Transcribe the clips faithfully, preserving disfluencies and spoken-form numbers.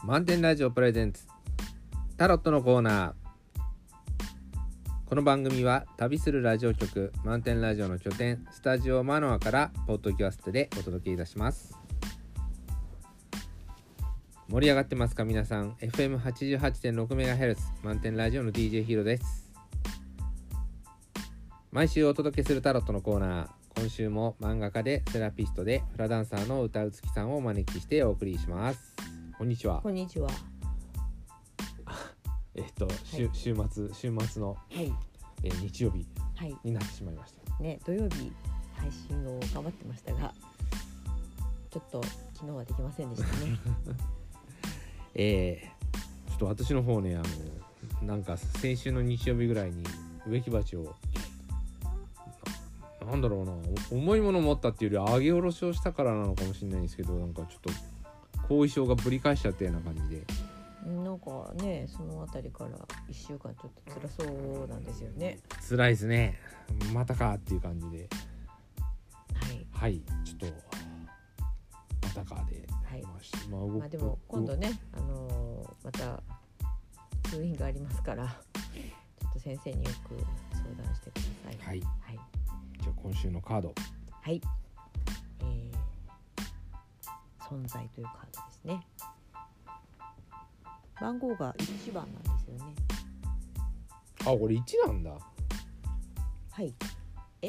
満点ラジオプレゼンツタロットのコーナー。この番組は旅するラジオ局満点ラジオの拠点スタジオマノアからポッドキャストでお届けいたします。盛り上がってますか皆さん。 エフエムはちじゅうはちてんろくメガヘルツ 満点ラジオの ディージェー ヒロです。毎週お届けするタロットのコーナー、今週も漫画家でセラピストでフラダンサーの歌うつきさんをお招きしてお送りします。こんにちは。 こんにちは。 えっと、はい、週, 週末週末の、 はいえー、日曜日はいになってしまいました、 ね。土曜日配信を頑張ってましたが、ちょっと昨日はできませんでしたね。 えー、ちょっと私の方ね、あのなんか先週の日曜日ぐらいに植木鉢をな, なんだろうな重いものを持ったっていうより上げ下ろしをしたからなのかもしれないんですけど、なんかちょっと後遺症がぶり返しちゃったような感じで、 なんかね、そのあたりからいっしゅうかんちょっと辛そうなんですよね。 辛いですね。またかっていう感じで、 はいはいちょっとまたかで、 はいまあまあ、 まあでも今度ね、あのー、また通院がありますから、ちょっと先生によく相談してください。 はいはい。 じゃあ今週のカード、 はい、えー、存在というカードですね。番号がいちばんなんですよね。 あ、これいちなんだ。 はい。え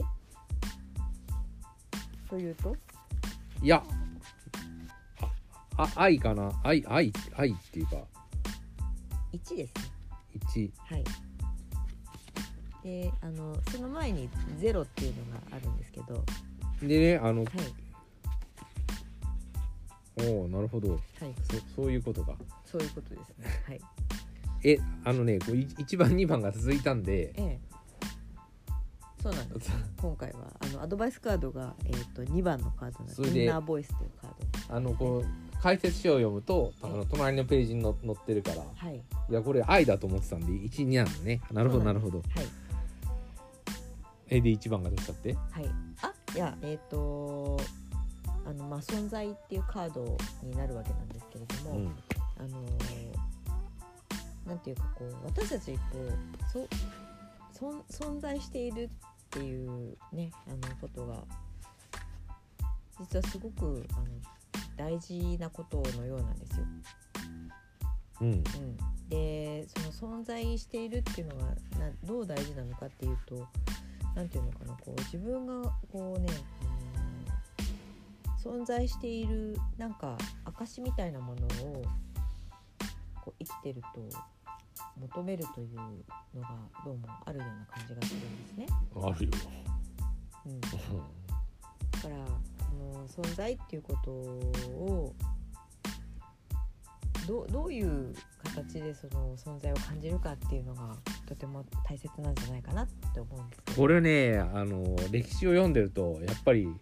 というと、 いやあ、あ愛かな、愛愛愛っていうかいちですね。 いち。 はい。で、あのその前にゼロっていうのがあるんですけど、 でね、あの、 はい。 おお、なるほど、 はい。 そ, そういうことか。 そういうことですね。はい。 え、あのね、こういちばんにばんが続いたんで、 ええ、そうなんです。今回はあのアドバイスカードが、えー、とにばんのカードなんです。 それでインナーボイスというカード。 あのこう解説書を読むと、あの隣のページに載ってるから、 はい。 いやこれ愛だと思ってたんでいちになのね。なるほどなるほど。 はい。 えでいちばんがどうしたって？ はい。あ、いや、えっ、ー、とあのまあ存在っていうカードになるわけなんですけれども、 うん、 あのなんていうかこう私たちこうそそ存在しているっていうね、あのことが実はすごくあの大事なことのようなんですよ。 うんうん、 で、その存在しているっていうのがなどう大事なのかっていうと、なんていうのかな、こう自分がこうね、うん、存在しているなんか証みたいなものをこう生きてると求めるというのがどうもあるような感じがするんですね。 あるよ。 うん、だからこの存在っていうことをど う, どういう形でその存在を感じるかっていうのがとても大切なんじゃないかなって思うんですけど、 これね、あの歴史を読んでるとやっぱり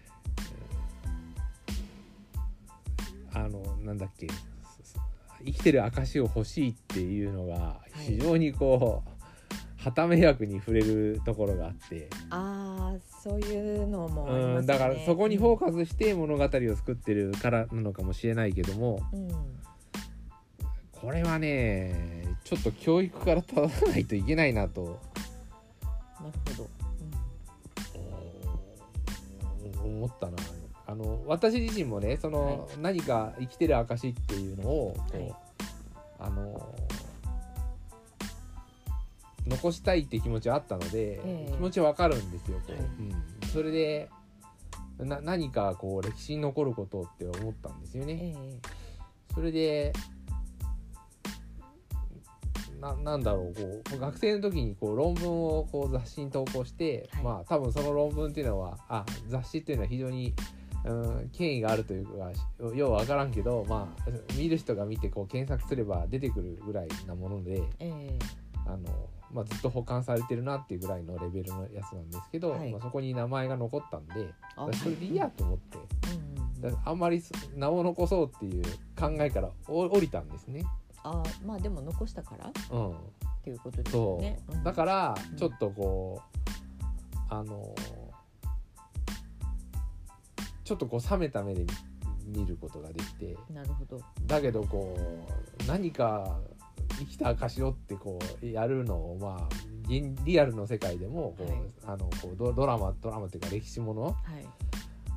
あのなんだっけ、生きてる証を欲しいっていうのが非常にこう、はい、旗迷惑に触れるところがあって、 ああ、そういうのもありますね。 うん、だからそこにフォーカスして物語を作ってるからなのかもしれないけども、 うん、 これはねちょっと教育から正さないといけないなと。 なるほど、 うん、思ったな。あの私自身もね、その、はい、何か生きてる証っていうのをこう、はい、あの残したいって気持ちはあったので、えー、気持ちはわかるんですよ、こう、はい、うん、それでな何かこう歴史に残ることって思ったんですよね、えー、それでな, なんだろう、こう学生の時にこう論文をこう雑誌に投稿して、はい、まあ多分その論文っていうのはあ雑誌っていうのは非常に、うん、権威があるというかようわからんけど、まあ見る人が見てこう検索すれば出てくるぐらいなもので、えーあのまあ、ずっと保管されてるなっていうぐらいのレベルのやつなんですけど、はい、まあ、そこに名前が残ったんでそれでいいやと思って、はい、だあんまり名を残そうっていう考えから降りたんですね。 あ、まあでも残したから、うん、っていうことですよね。 そう、うん、だからちょっとこう、うん、あのちょっとこう冷めた目で見ることができて、 なるほど。 だけどこう何か生きた証をってこうやるのをまあリアルの世界でもこう、 はい、 あのこう ド, ドラマドラマっていうか歴史もの、 はい、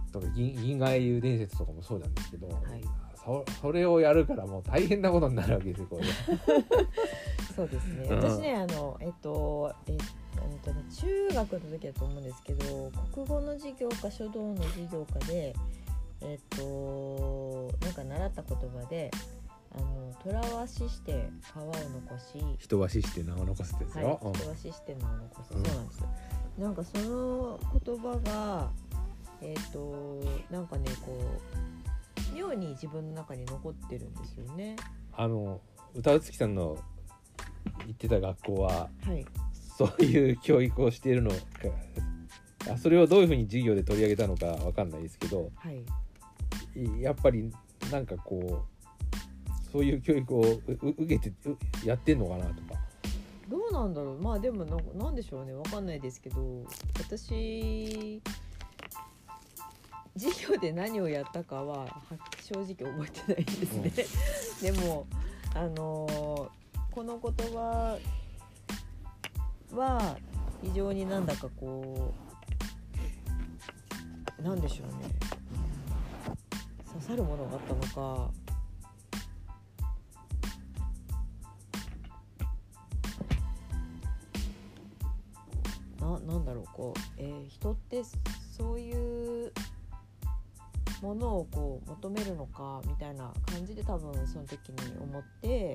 とか銀銀河英雄伝説とかもそうなんですけど、 はい、 そ, それをやるからもう大変なことになるわけですよこれそうですね、 うん、 私ねあのえっとえっとね中学の時だと思うんですけど、国語の授業か書道の授業かでえっとなんか習った言葉で、あの虎は死して皮を残し人は死して名を残すですよ、 はい、人は死して名を残す、うん、そうなんですよ。なんかその言葉がえっとなんかねこう妙に自分の中に残ってるんですよね。 あの歌うつきさんの行ってた学校は、 はい、 そういう教育をしているのか、それをどういうふうに授業で取り上げたのかわかんないですけど、 はい、 やっぱりなんかこうそういう教育を受けてやってんのかなとか。 どうなんだろう。まあでも な, なんでしょうね、わかんないですけど、私授業で何をやったかは正直覚えてないですね、うん、でもあのこの言葉は非常になんだかこうなんでしょうね、刺さるものがあったのか、な, なんだろうこう、えー、人ってそういうものをこう求めるのかみたいな感じで多分その時に思って、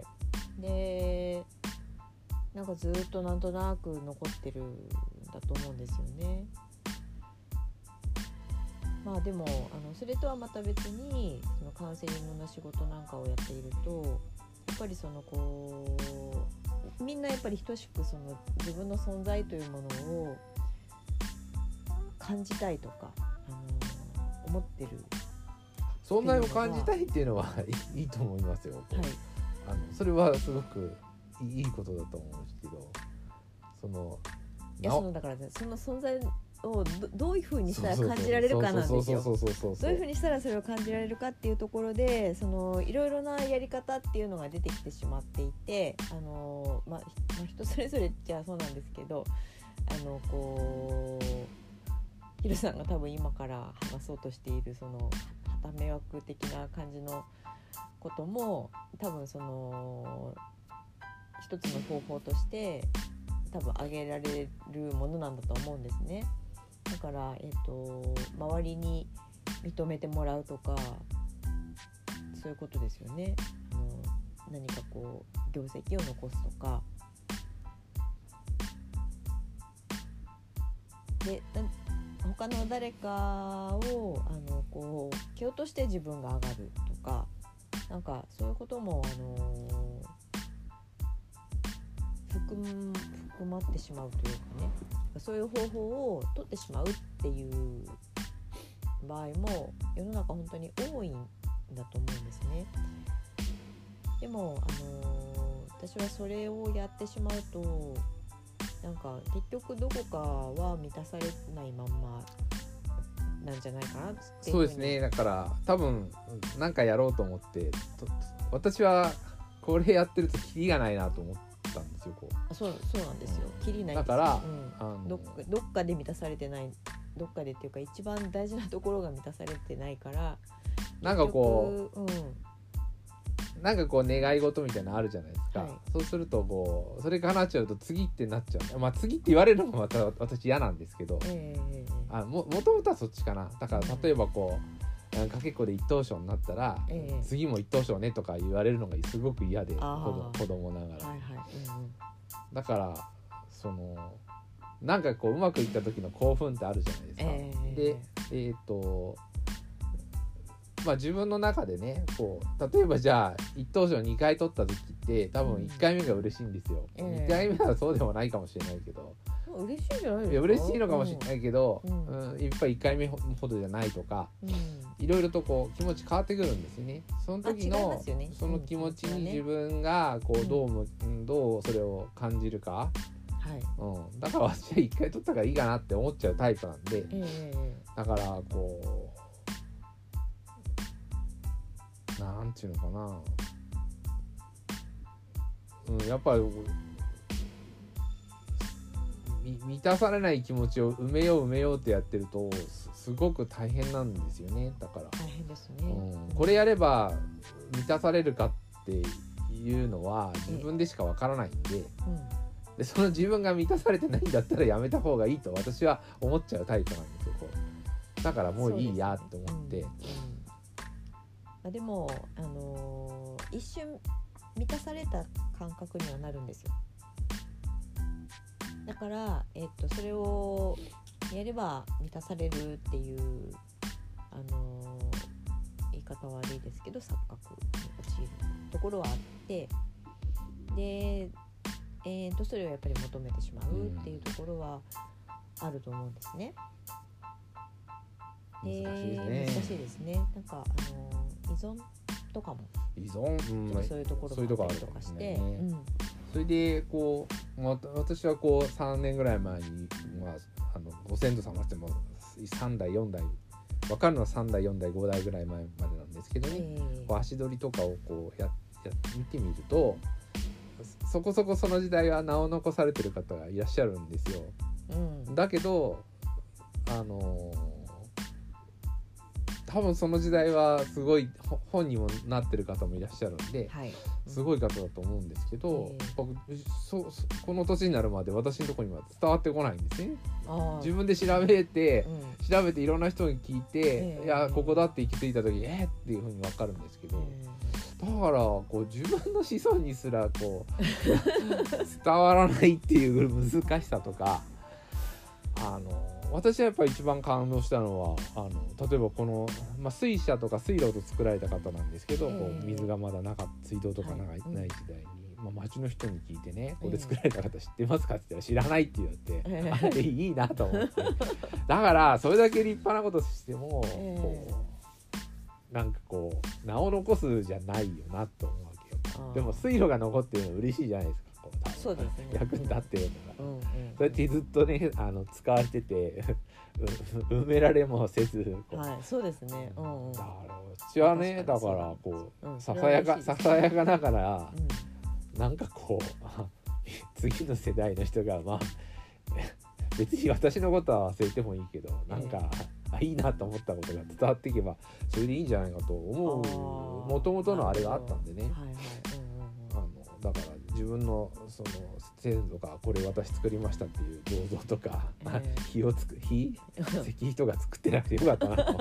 でなんかずっとなんとなく残ってるんだと思うんですよね。まあでもあのそれとはまた別にそのカウンセリングの仕事なんかをやっていると、やっぱりそのこうみんなやっぱり等しくその自分の存在というものを感じたいとか、あの思ってる、 存在を感じたいっていうのはいいと思いますよ、はい、あのそれはすごくいいことだと思うんですけど、そのいやそのだから、ね、その存在を ど, どういう風にしたら感じられるかなんですよ。どういう風にしたらそれを感じられるかっていうところで、そのいろいろなやり方っていうのが出てきてしまっていて、あの、まあ、人それぞれじゃそうなんですけど、あのこうヒロさんが多分今から話そうとしているそのはた迷惑的な感じのことも多分その一つの方法として多分挙げられるものなんだと思うんですね。だから、えーと、周りに認めてもらうとかそういうことですよね。あの何かこう業績を残すとかで、他の誰かをあのこう蹴落として自分が上がるとか、なんかそういうこともあの含, 含まってしまうというかね、そういう方法を取ってしまうっていう場合も世の中本当に多いんだと思うんですね。でも、あのー、私はそれをやってしまうとなんか結局どこかは満たされないまんまなんじゃないかなっていうふうに。 そうですね。だから多分なんかやろうと思ってと私はこれやってるとキリがないなと思ったんですよ。こうあ そう, そうなんですよ、キリないですよ。 だから、 うん、あのどっかどっかで満たされてない、どっかでっていうか一番大事なところが満たされてないから、 なんかこう、 うん、 なんかこう願い事みたいなのあるじゃないですか、 はい、 そうするとこうそれが叶っちゃうと次ってなっちゃう、まあ次って言われるのもまた私嫌なんですけど、 えー、 あ も, もともとはそっちかな。だから例えばこう、うん、かけっこで一等賞になったら、えー、次も一等賞ねとか言われるのがすごく嫌で、子供、子供ながら、はいはい、うんうん、だからそのなんかこううまくいった時の興奮ってあるじゃないですか、えー、でえっ、ー、とまあ自分の中でねこう例えばじゃあ一等賞にかい取った時って多分いっかいめが嬉しいんですよ、うん、にかいめはそうでもないかもしれないけど、 えー、嬉しいんじゃないですか。 いや嬉しいのかもしれないけど、 うんうん、やっぱりいっかいめほどじゃないとか、うん、いろいろとこう気持ち変わってくるんですよね。その時の、ね、その気持ちに自分がこうどうも、うん、どうそれを感じるか、はいうん、だから私はいっかい取ったからいいかなって思っちゃうタイプなんで、えー、だからこうなんていうのかな、うん、やっぱり満たされない気持ちを埋めよう埋めようってやってると す, すごく大変なんですよね。だから大変ですね、 うん、これやれば満たされるかっていうのは自分でしかわからないんで、うん、でその自分が満たされてないんだったらやめた方がいいと私は思っちゃうタイプなんですよ。こうだからもういいやって思って、 うんうん、でも、あのー、一瞬満たされた感覚にはなるんですよ。だから、えっと、それをやれば満たされるっていう、あのー、言い方悪いですけど錯覚に陥るところはあって、で、えー、とそれをやっぱり求めてしまうっていうところはあると思うんですね。 難しいですね。 難しいですね。なんか、あのー、依存とかも依存、うん、 そういうところがあったりとかして、うん、 それでこう、まあ、私はこうさんねんぐらい前に、まあ、あのご先祖様ってもさんだいよんだい分かるのはさんだいよんだいごだいぐらい前までなんですけどね、えー、こう足取りとかをこうやや見てみるとそこそこその時代は名を残されてる方がいらっしゃるんですよ、うん、だけどあのー多分その時代はすごい本にもなってる方もいらっしゃるんで、はい、すごい方だと思うんですけど、えー、そそこの年になるまで私のところには伝わってこないんですね。自分で調べて、うん、調べていろんな人に聞いて、えー、いやここだって行き着いた時えー、っていう風に分かるんですけど、えー、だからこう自分の子孫にすらこう伝わらないっていう難しさとか、あの私はやっぱり一番感動したのはあの例えばこの、まあ、水車とか水路と作られた方なんですけど、えー、こう水がまだなかった水道とかない、はい、ない時代に、まあ、町の人に聞いてね、これ作られた方知ってますかって言ったら知らないって言われて、えー、あれいいなと思ってだからそれだけ立派なことしても、えー、こうなんかこう名を残すじゃないよなと思うわけよ。でも水路が残ってるの嬉しいじゃないですか。 そうですね、 役に立ってるのが、うんうん、そうやってずっとねあの使われてて埋められもせず、 はい、そうですね、うんうん、 だからうちはねだからこう、うん、ささやかささやかながら、うん、なんかこう次の世代の人がまあ別に私のことは忘れてもいいけどなんか、えー、あいいなと思ったことが伝わっていけばそれでいいんじゃないかと思うもともとのあれがあったんでね、はいはい、うんうんうん、あのだから自分のその先祖がこれ私作りましたっていう銅像とか、えー、火をつく火石碑とか作ってなくてよかったなと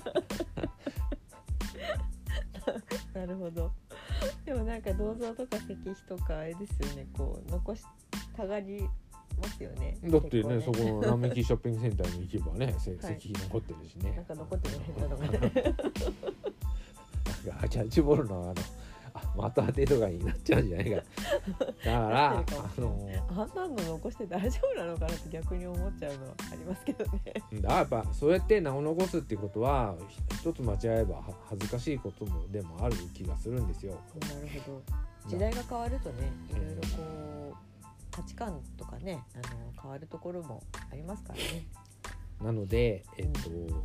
なるほど。でもなんか銅像とか石碑とかあれですよね、こう残したがりますよね。 だってね、そこの並木ショッピングセンターに行けばね、はい、石碑残ってるしね。 なんか残ってる変なのがね。 なんかキャッチボールのあの的当てとかになっちゃうんじゃないか。だからあのあんなの残して大丈夫なのかなって逆に思っちゃうのはありますけどね。 だからやっぱそうやって名を残すってことは一つ間違えば恥ずかしいこともでもある気がするんですよ。 なるほど。時代が変わるとね、いろいろこう価値観とかね、あの変わるところもありますからね。 なのでえっと、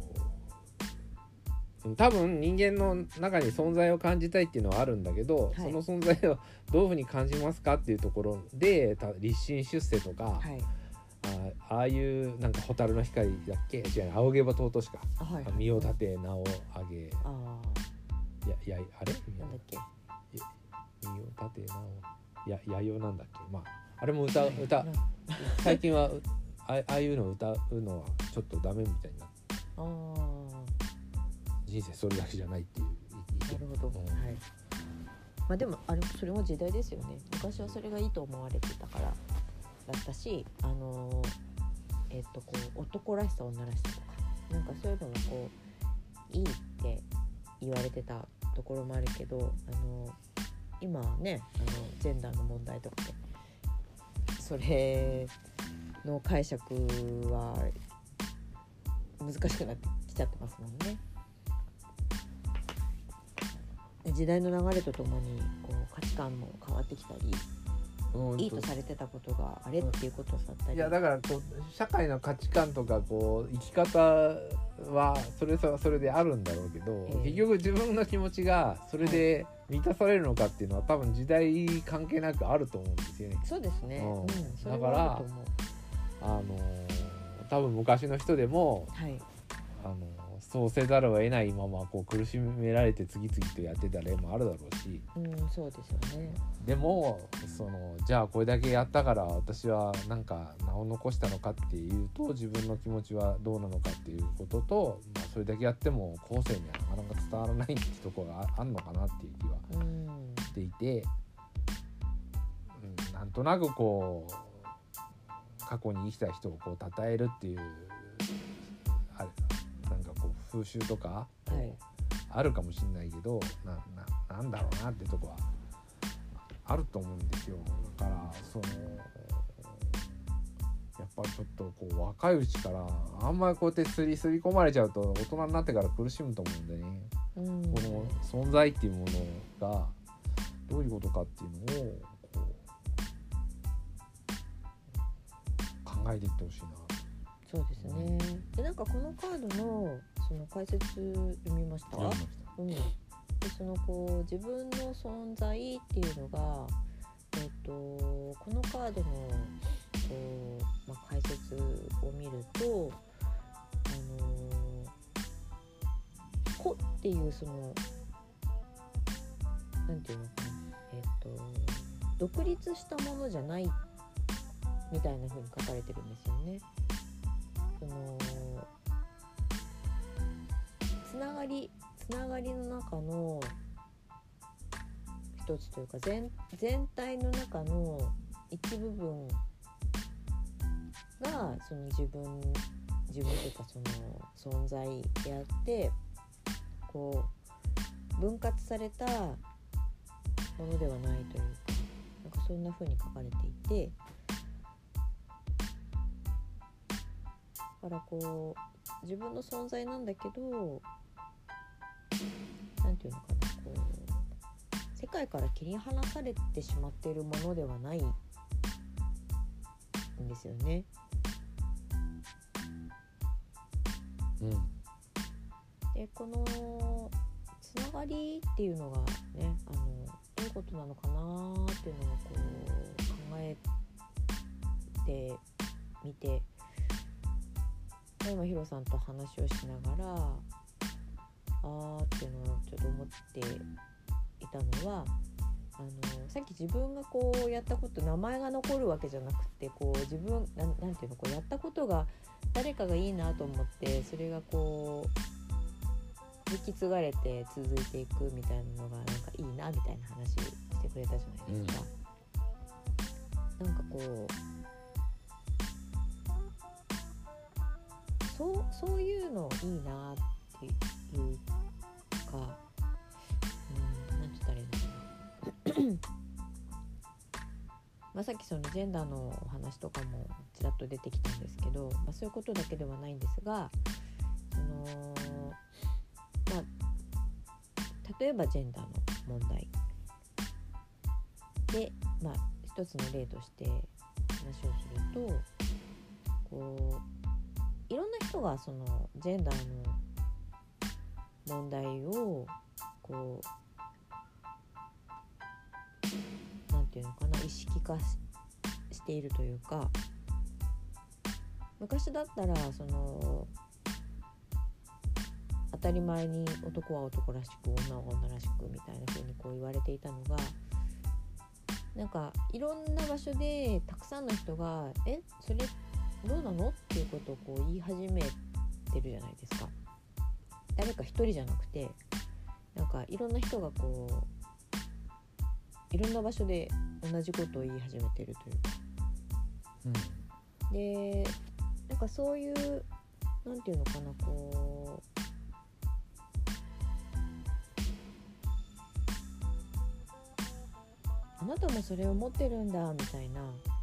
うん、多分人間の中に存在を感じたいっていうのはあるんだけど、はい、その存在をどういうふうに感じますかっていうところで立身出世とか、はい、あ, ああいうなんか蛍の光だっけ違う仰げば尊しか、はいはい、身を立て名を上げあややあれなんだっけ身を立て名をややよなんだっけ、まああれも歌う歌最近は あ, ああいうのを歌うのはちょっとダメみたいになってあ人生それだけじゃないっていうなるほど、うん、はい。まあでもあれそれも時代ですよね。昔はそれがいいと思われてたからだったし、あのー、えっとこう男らしさ女らしさとかなんかそういうのもこういいって言われてたところもあるけど、あのー、今はねあのジェンダーの問題とかでそれの解釈は難しくなってきちゃってますもんね。時代の流れとともにこう価値観も変わってきたり、うん、いいとされてたことがあれっていうことだったり、 いやだからこう社会の価値観とかこう生き方はそれはそれであるんだろうけど、 えー、 結局自分の気持ちがそれで満たされるのかっていうのは多分時代関係なくあると思うんですよね。 そうですね、 うんうん、それだからはあると思う。 あの多分昔の人でも、 はい、 あのそうせざるを得ないままこう苦しめられて次々とやってた例もあるだろうし、 うん、そうですよね。 でもそのじゃあこれだけやったから私はなんか名を残したのかっていうと、自分の気持ちはどうなのかっていうことと、まあ、それだけやっても後世にはなかなか伝わらないってところが あ, あんのかなっていう気はしていて、うん、なんとなくこう過去に生きた人をこう称えるっていうあれなんかこう風習とか、はい、あるかもしれないけど な, な, なんだろうなってとこはあると思うんですよ。だからそのやっぱりちょっとこう若いうちからあんまりこうやってすりすり込まれちゃうと大人になってから苦しむと思うんでね、うん、この存在っていうものがどういうことかっていうのをこう考えていってほしいな。 そうですね。でなんかこのカードのその解説読みました。 読みました。 うん。でそのこう自分の存在っていうのが、えっとこのカードのこう、まあ、解説を見ると、あのー、個っていうそのなんていうのかな、えっと独立したものじゃないみたいな風に書かれてるんですよね。そのつながりつながりの中の一つというか 全, 全体の中の一部分がその自分自分というかその存在であって、こう分割されたものではないというか、なんかそんな風に書かれていて、だからこう自分の存在なんだけど、なんていうのかな、こう世界から切り離されてしまっているものではないんですよね。 うん、 でこのつながりっていうのがね、あのどういうことなのかなっていうのをこう考えてみて、今ヒロさんと話をしながらあーっていうのをちょっと思っていたのは、あのさっき自分がこうやったこと、名前が残るわけじゃなくて、こう自分な ん, なんていうのこうやったことが誰かがいいなと思って、それがこう引き継がれて続いていくみたいなのがなんかいいなみたいな話してくれたじゃないですか、うん、なんかこうそうそういうのいいなっていうか、うん、なんて言ったらいいのかなまあさっきそのジェンダーのお話とかもちらっと出てきたんですけど、まあ、そういうことだけではないんですが、そのまあ例えばジェンダーの問題で、まあ一つの例として話をすると、こういろんな人がそのジェンダーの問題をこうなんていうのかな、意識化 し, しているというか、昔だったらその当たり前に男は男らしく女は女らしくみたいな風にこう言われていたのが、なんかいろんな場所でたくさんの人がえそれどうなのっていうことをこう言い始めてるじゃないですか。誰か一人じゃなくて、なんかいろんな人がこういろんな場所で同じことを言い始めてるというか、うん、でなんかそういうなんていうのかな、こうあなたもそれを持ってるんだみたいな、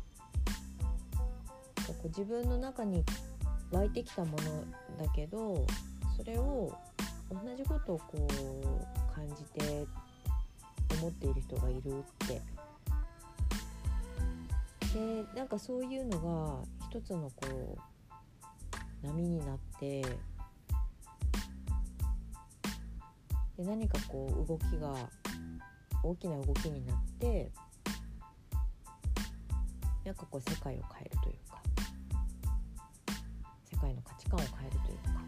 自分の中に湧いてきたものだけど、それを同じことをこう感じて思っている人がいるって、でなんかそういうのが一つのこう波になって、 で何かこう動きが大きな動きになってなんかこう世界を変えるというか世界の価値観を変えるというか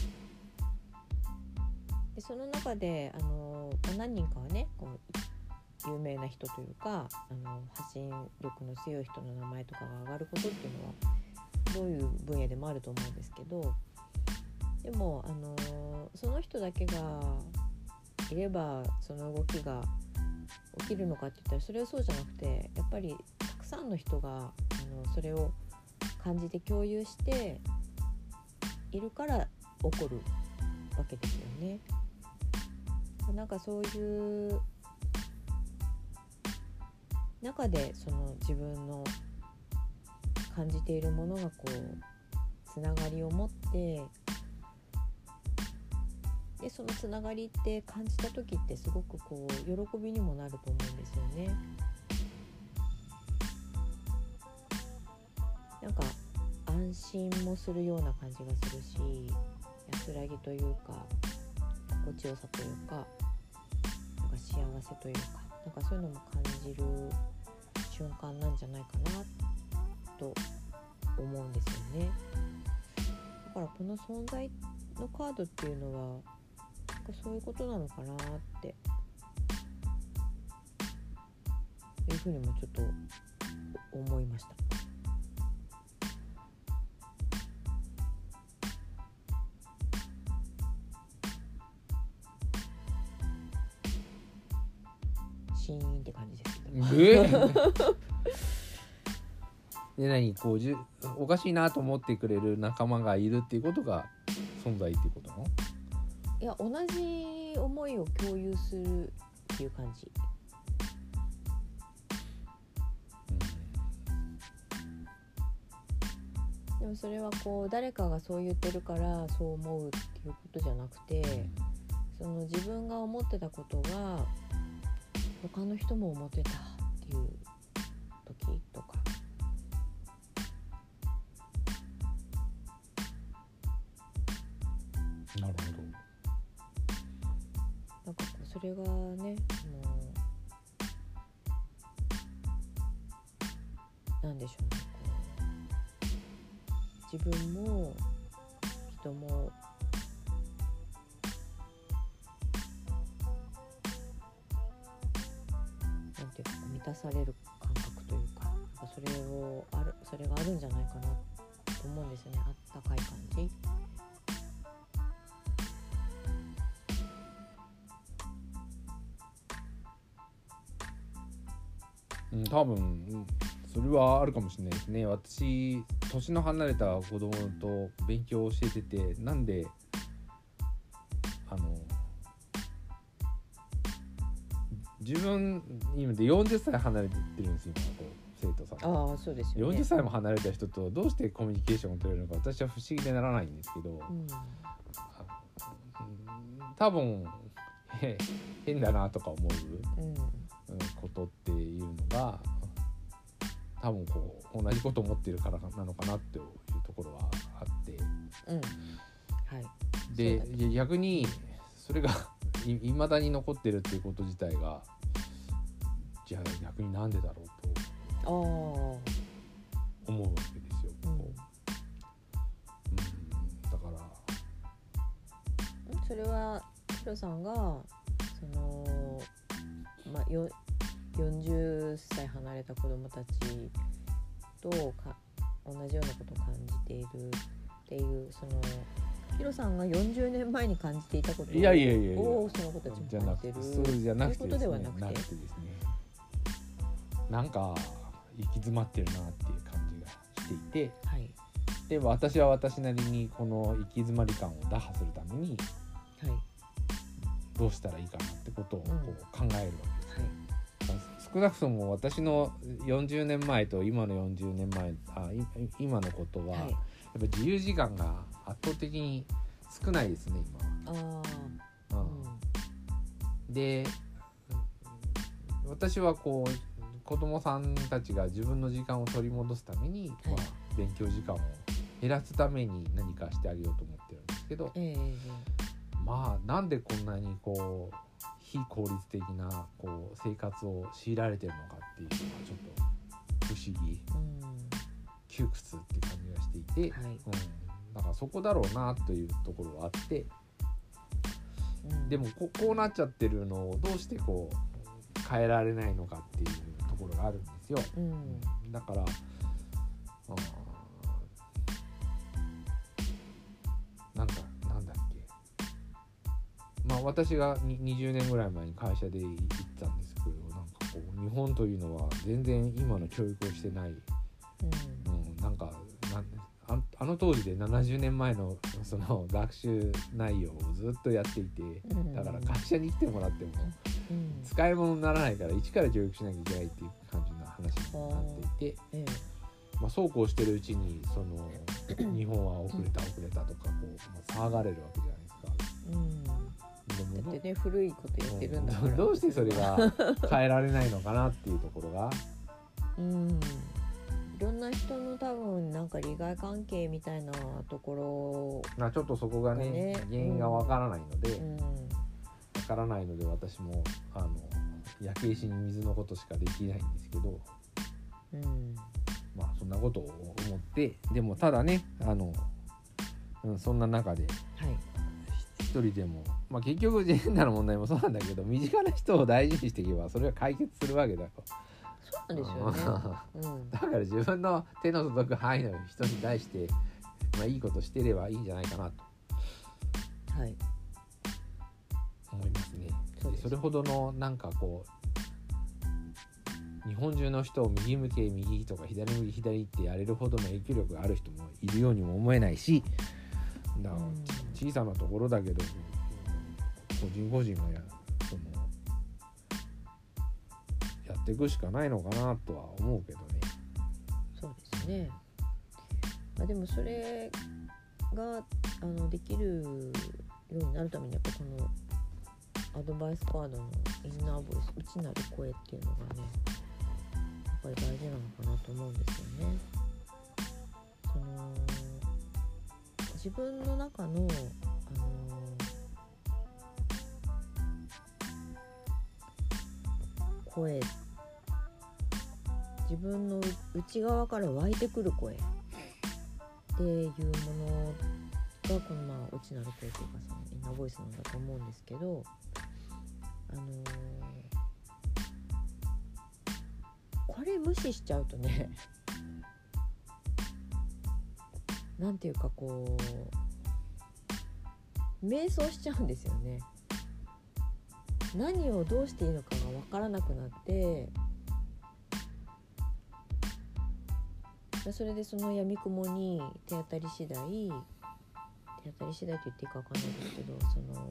でその中であの何人かはねこう有名な人というかあの発信力の強い人の名前とかが上がることっていうのはどういう分野でもあると思うんですけどでもあのその人だけがいればその動きが起きるのかって言ったらそれはそうじゃなくてやっぱりたくさんの人があのそれを感じて共有しているから起こるわけですよね。なんかそういう中でその自分の感じているものがこうつながりを持ってでそのつながりって感じた時ってすごくこう喜びにもなると思うんですよね。なんか安心もするような感じがするし安らぎというか心地よさというかなんか幸せというかなんかそういうのも感じる瞬間なんじゃないかなと思うんですよね。だからこの存在のカードっていうのはそういうことなのかなっていうふうにもちょっと思いました。シーンって感じですけど。 で何こうじゅおかしいなと思ってくれる仲間がいるっていうことが存在っていうことなの？ いや同じ思いを共有するっていう感じ、うん、でもそれはこう誰かがそう言ってるからそう思うっていうことじゃなくてその自分が思ってたことが他の人も思ってたっていう時とかなるほどなんかこうそれがねもうなんでしょうねこう自分も人もなんていうか満たされる感覚というか、なんかそれをあるそれがあるんじゃないかなと思うんですよね。あったかい感じ。 うん、多分それはあるかもしれないですね。私年の離れた子供と勉強を教えててなんであの自分今でよんじゅっさい離れてるんですよ今こう生徒さん。 ああそうですよね。 よんじゅっさいも離れた人とどうしてコミュニケーションを取れるのか私は不思議でならないんですけど、うん、多分変だなとか思う、うんことっていうのが多分こう同じことを思ってるからなのかなっていうところはあって、 うんはい、 で逆にそれがい未だに残ってるっていうこと自体がじゃあ逆になんでだろうと思うわけですよ、うんうん、だからそれはヒロさんがそのまあ、よよんじゅっさい離れた子どもたちとか同じようなことを感じているっていうそのヒロさんがよんじゅうねんまえに感じていたことをいやいやいやいやその子たちも感じてるそうじゃなくてということではなくてですねなんか行き詰まってるなっていう感じがしていて、はい、で私は私なりにこの行き詰まり感を打破するために、はい、どうしたらいいかなってことをこう考えるわけです、うんはい、少なくとも私のよんじゅうねんまえと今のよんじゅうねんまえあ今のことは、はい、やっぱ自由時間が圧倒的に少ないですね今は。あ、うん、で私はこう子供さんたちが自分の時間を取り戻すために、はいまあ、勉強時間を減らすために何かしてあげようと思ってるんですけど、えーうんまあなんでこんなにこう非効率的なこう生活を強いられてるのかっていうのがちょっと不思議、うん、窮屈っていう感じがしていて、はい、うん、だからそこだろうなというところはあって、うん、でも こ, こうなっちゃってるのをどうしてこう変えられないのかっていうところがあるんですよ、うん、だからあなんかなんだっけ、まあ私がにじゅうねんぐらい前に会社で行ったんですけど、なんかこう日本というのは全然今の教育をしてない、うんうん、なんかなんあ, あの当時でななじゅうねんまえのその学習内容をずっとやっていて、だから会社に来てもらっても使い物にならないから一から教育しなきゃいけないっていう感じの話になっていて、ええ、まあ、そうこうしてるうちにその日本は遅れた遅れたとかこう、まあ、騒がれるわけじゃないですか、 うん、でもだってね古いこと言ってるんだから、 うん、どうしてそれが変えられないのかなっていうところがうん、いろんな人の多分なんか利害関係みたいなところがちょっとそこが ね, ね原因がわからないので、うん、わからないので私もあの焼け石に水のことしかできないんですけど、うん、まあそんなことを思って、でもただねあの、うん、そんな中で、はい、一人でも、まあ、結局ジェンダーの問題もそうなんだけど身近な人を大事にしていけばそれは解決するわけだと。 そうなんですよね、うん、 だから自分の手の届く範囲の人に対して、まあ、いいことしてればいいんじゃないかなと、はい、思いますね。そ, でそれほどのなんかこう日本中の人を右向け右とか左向き左ってやれるほどの影響力がある人もいるようにも思えないし、だから小さなところだけど個人個人がやそのやっていくしかないのかなとは思うけどね。 そうですね、まあ、でもそれがあのできるようになるためにやっぱこのアドバイスカードのインナーボイス内なる声っていうのがねやっぱり大事なのかなと思うんですよね。その自分の中の、あの声、自分の内側から湧いてくる声っていうものがこのまあ内なる声というかそのインナーボイスなんだと思うんですけど、あのー、これ無視しちゃうとねなんていうかこう迷走しちゃうんですよね。何をどうしていいのかが分からなくなって、それでその闇雲に手当たり次第手当たり次第と言っていいか分かんないですけど、その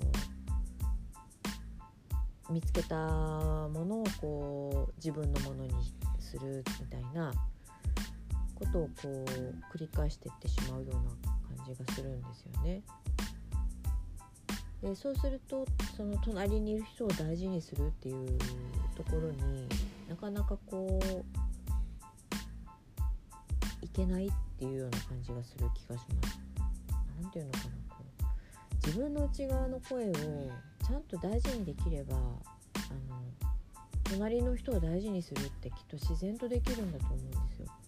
見つけたものをこう自分のものにするみたいなことをこう繰り返していってしまうような感じがするんですよね。でそうするとその隣にいる人を大事にするっていうところになかなかこういけないっていうような感じがする気がします。なんていうのかな、こう自分の内側の声をちゃんと大事にできれば、あの隣の人を大事にするってきっと自然とできるんだと思うんですよ。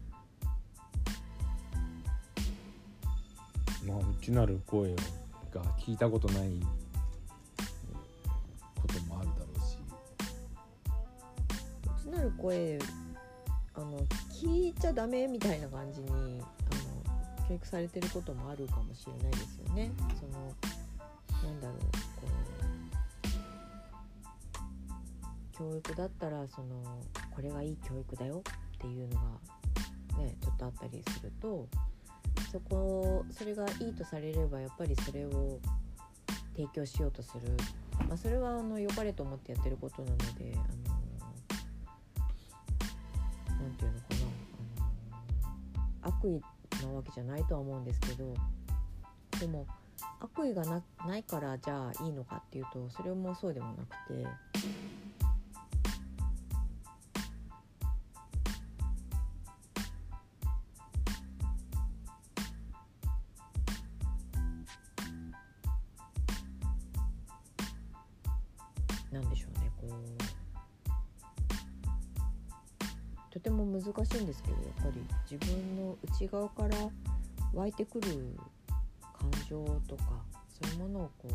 まあ内なる声をが聞いたことないこともあるだろうし、 内なる声あの聞いちゃダメみたいな感じにあの教育されてることもあるかもしれないですよね。そのなんだろう、こう教育だったらそのこれがいい教育だよっていうのがねちょっとあったりすると、そこそれがいいとされればやっぱりそれを提供しようとする、まあ、それはあの良かれと思ってやってることなので、あのなんていうのかな、あの悪意なわけじゃないとは思うんですけど、でも悪意が な, ないからじゃあいいのかっていうとそれもそうでもなくて、 なんでしょうね、こうとても難しいんですけど、やっぱり自分の内側から湧いてくる感情とかそういうものをこう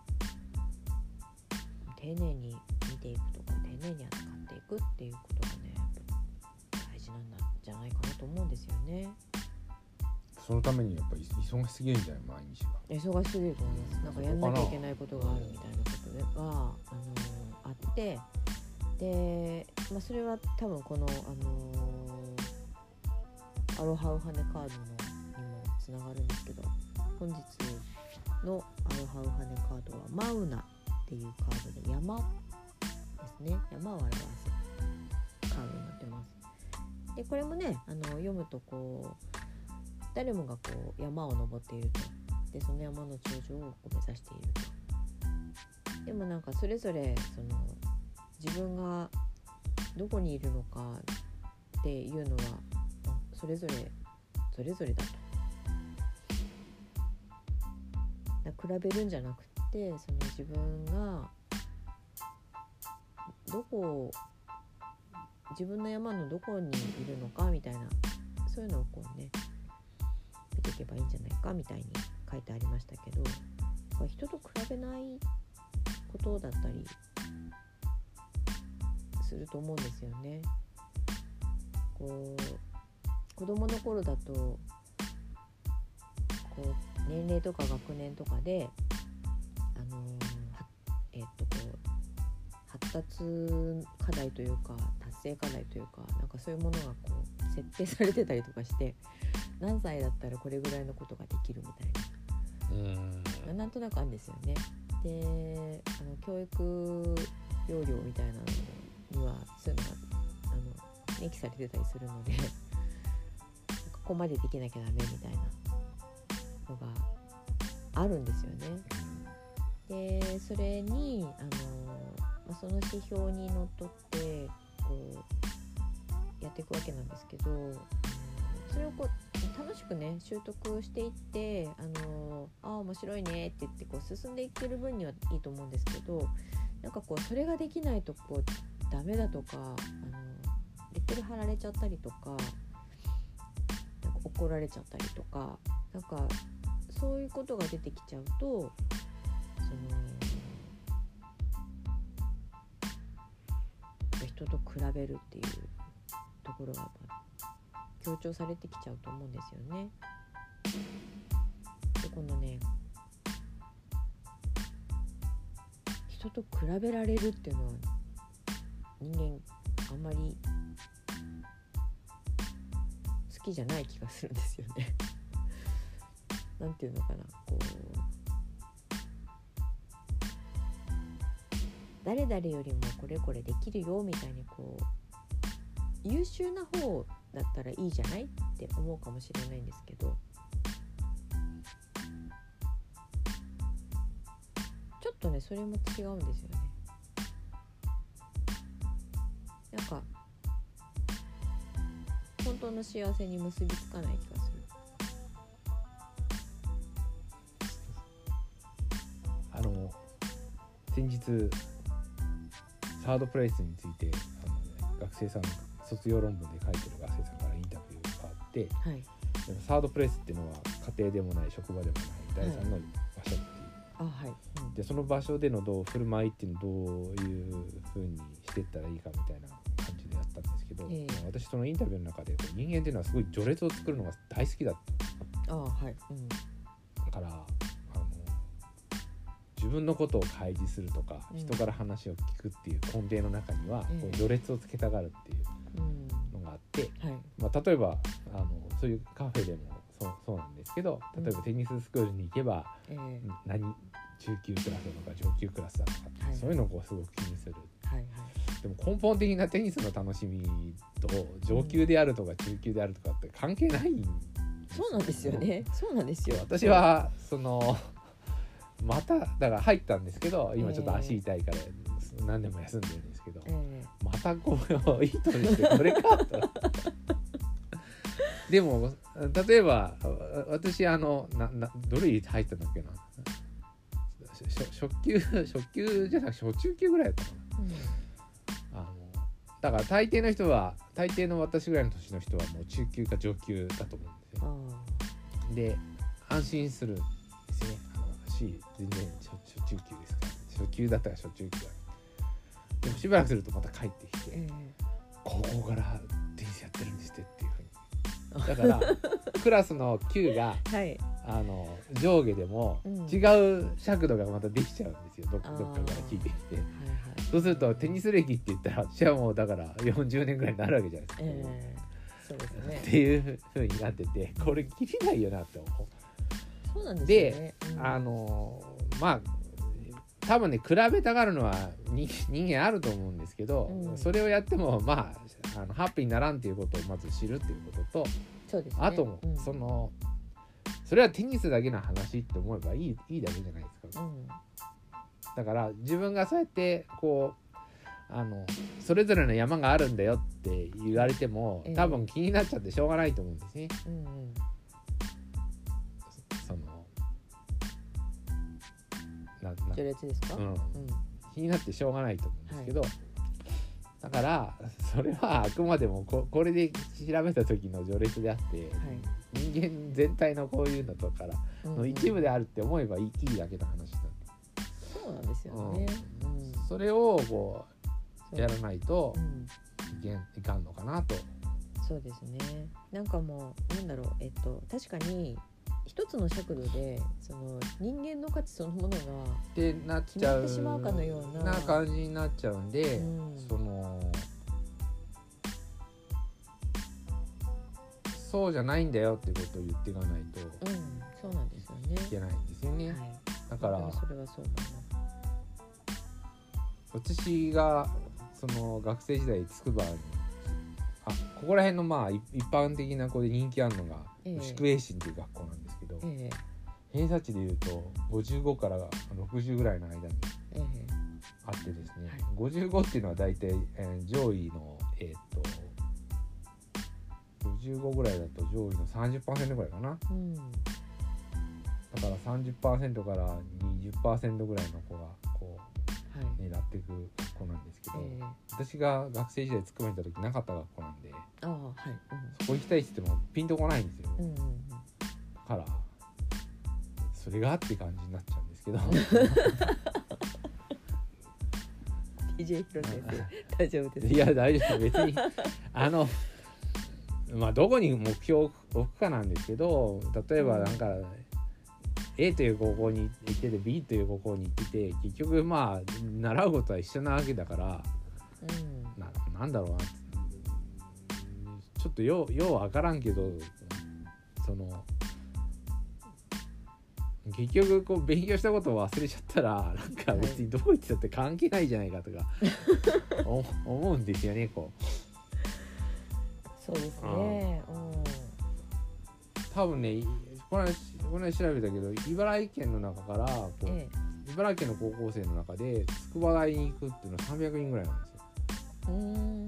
丁寧に見ていくとか丁寧に扱っていくっていうことがね大事なんじゃないかなと思うんですよね。 そのためにやっぱり忙しすぎるんじゃない毎日が。 忙しすぎると思います。なんかやんなきゃいけないことがあるみたいなことが、あのー、あってで、まあ、それは多分この、あのー、アロハウハネカードのにもつながるんですけど、本日のアロハウハネカードはマウナっていうカードで山ですね、山を表すカードになってます。でこれもね、あの読むとこう誰もがこう山を登っていると、でその山の頂上をこう目指していると。でもなんかそれぞれその自分がどこにいるのかっていうのはそれぞれそれぞれだと。だ比べるんじゃなくて、その自分がどこ自分の山のどこにいるのかみたいな、そういうのをこうね見ていけばいいんじゃないかみたいに書いてありましたけど、人と比べないことだったりすると思うんですよね。こう子供の頃だとこう年齢とか学年とかで、あのーえー、っとこう発達課題というか達成課題というか、なんかそういうものがこう設定されてたりとかして、何歳だったらこれぐらいのことができるみたいな、うーんなんとなくあるんですよね。で、あの教育要領みたいなのにはそういうのがあの明記されてたりするのでここまでできなきゃダメみたいなのがあるんですよね。でそれにあの、まあ、その指標にのっとってこうやっていくわけなんですけど、それをこう楽しくね習得していって、あのあ面白いねって言ってこう進んでいける分にはいいと思うんですけど、なんかこうそれができないとこうダメだとか、あのレッテル貼られちゃったりとか、なんか怒られちゃったりとか、なんかそういうことが出てきちゃうと、その人と比べるっていうところがやっぱ強調されてきちゃうと思うんですよね。でこのね人と比べられるっていうのは人間あんまり好きじゃない気がするんですよねなんていうのかな、こう誰々よりもこれこれできるよみたいにこう優秀な方だったらいいじゃないって思うかもしれないんですけど、ちょっとねそれも違うんですよね。なんか本当の幸せに結びつかない気がする。 あの先日サードプレイスについてあの、ね、学生さん卒業論文で書いてる学生さんからインタビューがあって、 はい、 でもサードプレイスっていうのは家庭でもない職場でもない第三の場所っていう、 あ、はいうん、 でその場所でのどう振る舞いっていうのをどういう風にしていったらいいかみたいな感じでやったんですけど、えー、私そのインタビューの中で人間っていうのはすごい序列を作るのが大好きだった。 あ、はいうん、 だから自分のことを開示するとか、うん、人から話を聞くっていう根底の中には、うん、こう序列をつけたがるっていうのがあって、うんはいまあ、例えばあのそういうカフェでも そう、そうなんですけど、例えばテニススクールに行けば、うん、何中級クラスなのか上級クラスだとか、はい、そういうのをこうすごく気にする、はいはい、でも根本的なテニスの楽しみと上級であるとか中級であるとかって関係ないんですよ、 そうなんですよね。そうなんですよ。 私はそのまただから入ったんですけど、今ちょっと足痛いから何年も休んでるんですけど、えー、またこういいとしてこれかとでも例えば私あのななどれ入ったんだっけな、 初級初級じゃなくて初中級ぐらいだったかな、あのだから大抵の人は大抵の私ぐらいの年の人はもう中級か上級だと思うんですよ。 あで安心するんですよね。あの C 全然 初, 初中級ですから初級だったら初中級はでもしばらくするとまた帰ってきて、 え高校からテニスやってるんですってっていう風にだからクラスの級がー、はいあの上下でもうん違う尺度がまたできちゃうんですよ、ど, どっかから聞いてきて。 はいはいそうするとテニス歴って言ったら私はもうだからよんじゅうねんぐらいになるわけじゃないですか、 えー、そうですねっていう風になっててこれ切りないよなって思う。 そうなんですよねで、 うん、 あのまあ多分ね比べたがるのは人間あると思うんですけど、 うん、 それをやってもまあ、あのハッピーにならんっていうことをまず知るっていうことと、 そうですね、 あとも、 うん、 そのそれはテニスだけの話って思えばいい、いいだけじゃないですか、 うん、 だから自分がそうやってこうあのそれぞれの山があるんだよって言われても多分気になっちゃってしょうがないと思うんですね、 うんうん、 そのなな序列ですか、 うんうん、 気になってしょうがないと思うんですけど、はい、だからそれはあくまでも こ, これで調べた時の序列であって、はい、人間全体のこういうのとかの一部であるって思えばいい、うんうん、いいだけの話なんで、 そうなんですよね、 うんうん、 それをこうやらないといけん、 うん、 いかんのかなと。 そうですね。なんかもうなんだろう、えっと確かに一つの尺度でその人間の価値そのものがでなっちゃう決まってしまうかのようなな感じになっちゃうんで、 うん、 そのそうじゃないんだよってことを言っていかないと、 うん、そうなんですよね。 いけないんですよね。 はい、 だからそれはそうだな。 私がその学生時代筑波にあここら辺のまあ一般的な子で人気あるのが宿営新っていう学校なんですけど、ええ、偏差値でいうとごじゅうごからろくじゅうぐらいの間にあってですね、はい、ごじゅうごっていうのは大体、えー、上位のえー、っとごじゅうごぐらいだと上位の さんじゅっパーセント ぐらいかな、うん、だから さんじゅっパーセント から にじゅっパーセント ぐらいの子がこう、はい、狙っていく子なんですけど、えー、私が学生時代筑波に行った時なかった学校なんで、あ、はい、うん、そこ行きたいって言ってもピンとこないんですよ、うんうんうん、だからそれがって感じになっちゃうんですけどティージェー ヒロ先生大丈夫ですか？ いや大丈夫、別にあのまあどこに目標を置くかなんですけど、例えばなんか、うん、A という高校に行ってて B という高校に行ってて結局まあ習うことは一緒なわけだから、うん、な, なんだろうなちょっとようようわからんけど、その結局こう勉強したことを忘れちゃったらなんか別にどこ行ってたって関係ないじゃないかとか、はい、思うんですよね。こうそうですね、うん、 多分ねこの間この間調べたけど茨城県の中からこう、ええ、茨城県の高校生の中で筑波大に行くっていうのはさんびゃくにんぐらいなんですよ。うーん、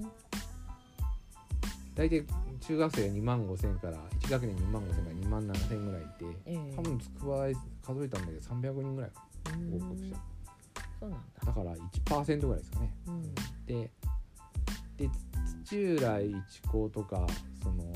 大体中学生がにまんごせんからいち学年にまんごせんからにまんななせんぐらいいて、ええ、多分筑波大数えたんだけどさんびゃくにんぐらい合格した。 そうなんだ。 だから いちパーセント ぐらいですかね、うん、で, で土浦一高とかその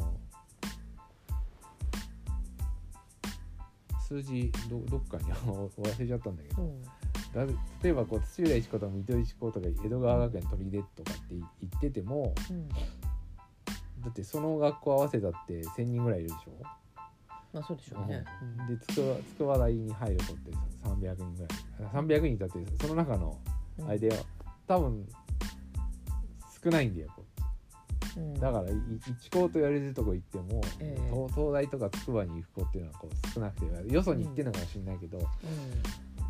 数字 ど, どっかに忘れちゃったんだけど、うん、だ例えばこう土浦一高とか水戸一高とか江戸川学園取手とかって言ってても、うん、だってその学校合わせたってせんにんぐらいいるでしょ。 まあそうでしょうね、 うん、で筑波、筑波大に入る子ってさんびゃくにんぐらいさんびゃくにんだってその中のあれで、うん、多分少ないんだよ、うん、だから一高と言われるとこ行っても、えー、東, 東大とか筑波に行く子っていうのはこう少なくてよそに行ってるのかもしれないけど、うんうん、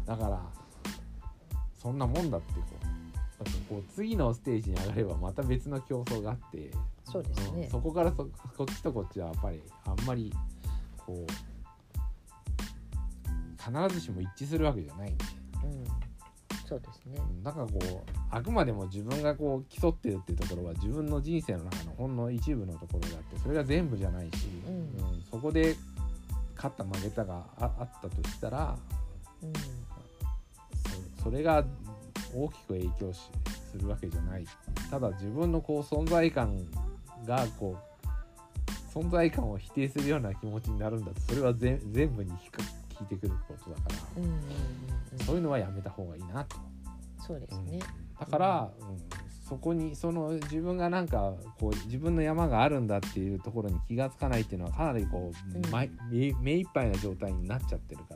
だからそんなもんだってこうだってこう次のステージに上がればまた別の競争があって、 そうですね、 うん、そこからそこっちとこっちはやっぱりあんまりこう必ずしも一致するわけじゃないんで、うん、 そうですね。 だからこうあくまでも自分がこう競ってるっていうところは自分の人生の中のほんの一部のところがあってそれが全部じゃないし、うんうん、そこで勝った負けたが あ, あったとしたら、うん、 それが大きく影響しするわけじゃない。ただ自分のこう存在感がこう存在感を否定するような気持ちになるんだと、それはぜ全部に効いてくることだから、 うんうんうんうん、 そういうのはやめた方がいいなと。 そうですね、 うん、だから、うん、そこにその自分がなんかこう自分の山があるんだっていうところに気がつかないっていうのはかなりこう、うん、目, 目いっぱいな状態になっちゃってるから、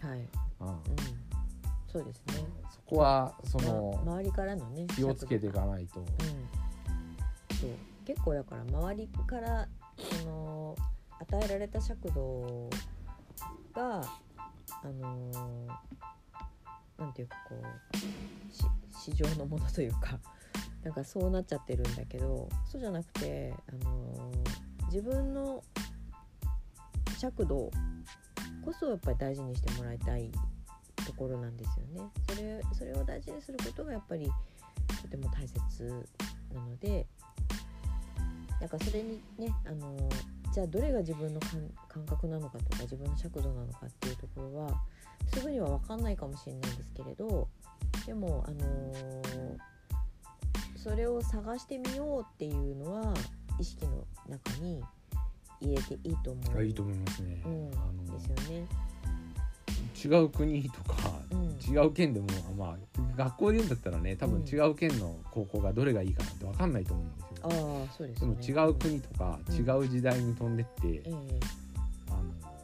はい、 うんうん、 そうですね。 そこはその、 ま、周りからのね気をつけていかないと、うん、 そう結構だから周りからその与えられた尺度があのー、なんていうかこう市場のものというかなんかそうなっちゃってるんだけど、そうじゃなくて、あのー、自分の尺度こそやっぱり大事にしてもらいたいところなんですよね。それ、それを大事にすることがやっぱりとても大切なので、なんかそれにね、あのじゃあどれが自分の感覚なのかとか自分の尺度なのかっていうところはすぐには分かんないかもしれないんですけれど、でも、あのー、それを探してみようっていうのは意識の中に入れていいと思う。 いいと思いますね、 うん、 あのですよね。 違う国とか、うん、違う県でも、まあ、学校で言うんだったらね、多分違う県の高校がどれがいいかなんて分かんないと思うんですよ。 ああ、そうですね。 でも違う国とか、うん、違う時代に飛んでって、うん、あの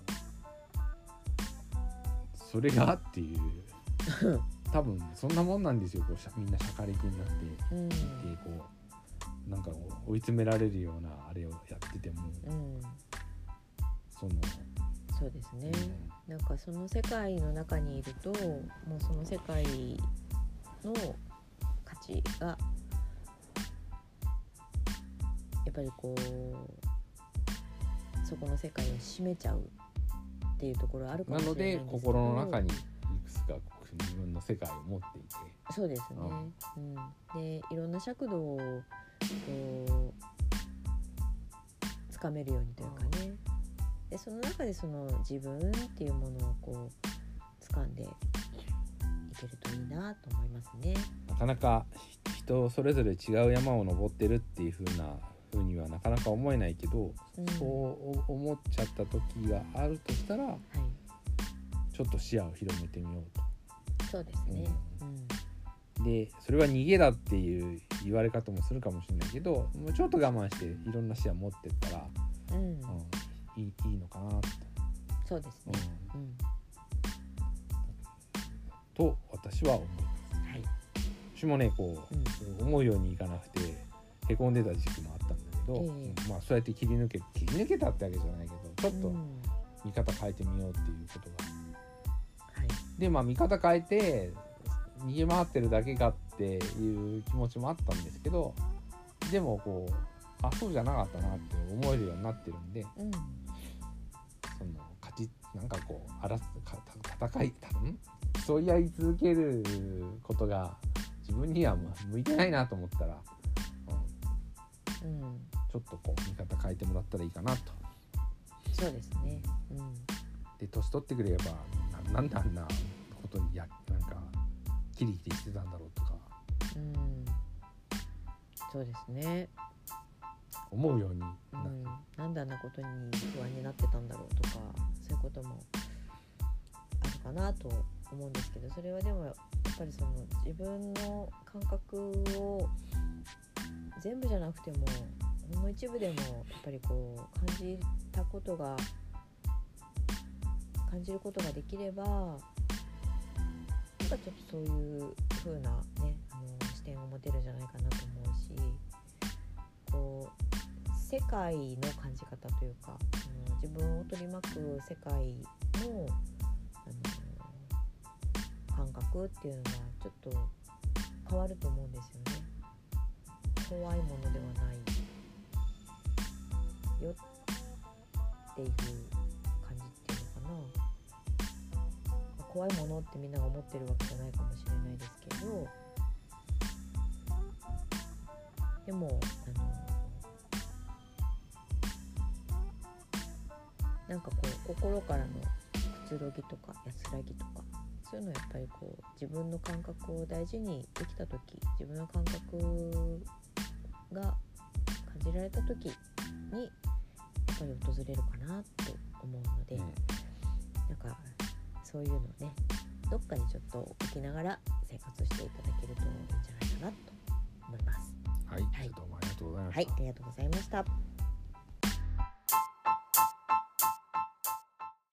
それがっていう多分そんなもんなんですよ。こうみんな社会的になって、うん、でこうなんか追い詰められるようなあれをやってても、うん、そのそうですね、うん、なんかその世界の中にいるともうその世界の価値がやっぱりこうそこの世界を占めちゃうっていうところあるかもしれないんですけど、 なので心の中にいくつか自分の世界を持っていて、 そうですね、うん、でいろんな尺度をこうつかめるようにというかね、でその中でその自分っていうものをこう掴んでいけるといいなと思いますね。 なかなか人それぞれ違う山を登ってるっていう風な風にはなかなか思えないけど、うん、そう思っちゃった時があるとしたら、はい、ちょっと視野を広めてみようと。 そうですね、 うん、でそれは逃げだっていう言われ方もするかもしれないけど、もうちょっと我慢していろんな視野持ってったら、うんうんいい, いいのかなと。 そうですね、うんうん、 と私は思います、はい、私もねこう、うん、思うようにいかなくてへこんでた時期もあったんだけど、えーまあ、そうやって切り抜け切り抜けたってわけじゃないけどちょっと見方変えてみようっていうことが、うん、でまあ見方変えて逃げ回ってるだけかっていう気持ちもあったんですけど、でもこうあそうじゃなかったなって思えるようになってるんで、うんその勝ちなんかこうあら戦い競い合い続けることが自分には向いてないなと思ったら、うんうん、ちょっとこう見方変えてもらったらいいかなと。 そうですね、うん、 で年取ってくれば な, なんであんなことにやなんかキリキリしてたんだろうとか、 うん、そうですね思うように、 うん、なんであんなことに不安になってたんだろうとかそういうこともあるかなと思うんですけど、それはでもやっぱりその自分の感覚を全部じゃなくてもほんの一部でもやっぱりこう感じたことが感じることができればなんかちょっとそういう風なねあの視点を持てるんじゃないかなと思うし、こう世界の感じ方というか、あの自分を取り巻く世界の、あの感覚っていうのはちょっと変わると思うんですよね。怖いものではないよっていう感じっていうのかな。怖いものってみんなが思ってるわけじゃないかもしれないですけど、でもあのなんかこう心からのくつろぎとか安らぎとかそういうのをやっぱりこう自分の感覚を大事にできた時、自分の感覚が感じられた時にやっぱり訪れるかなと思うので、 うん、 なんかそういうのをねどっかにちょっと置きながら生活していただけるといいんじゃないかなと思います。 はい、 はい、 どうもありがとうございました。 はい、ありがとうございました。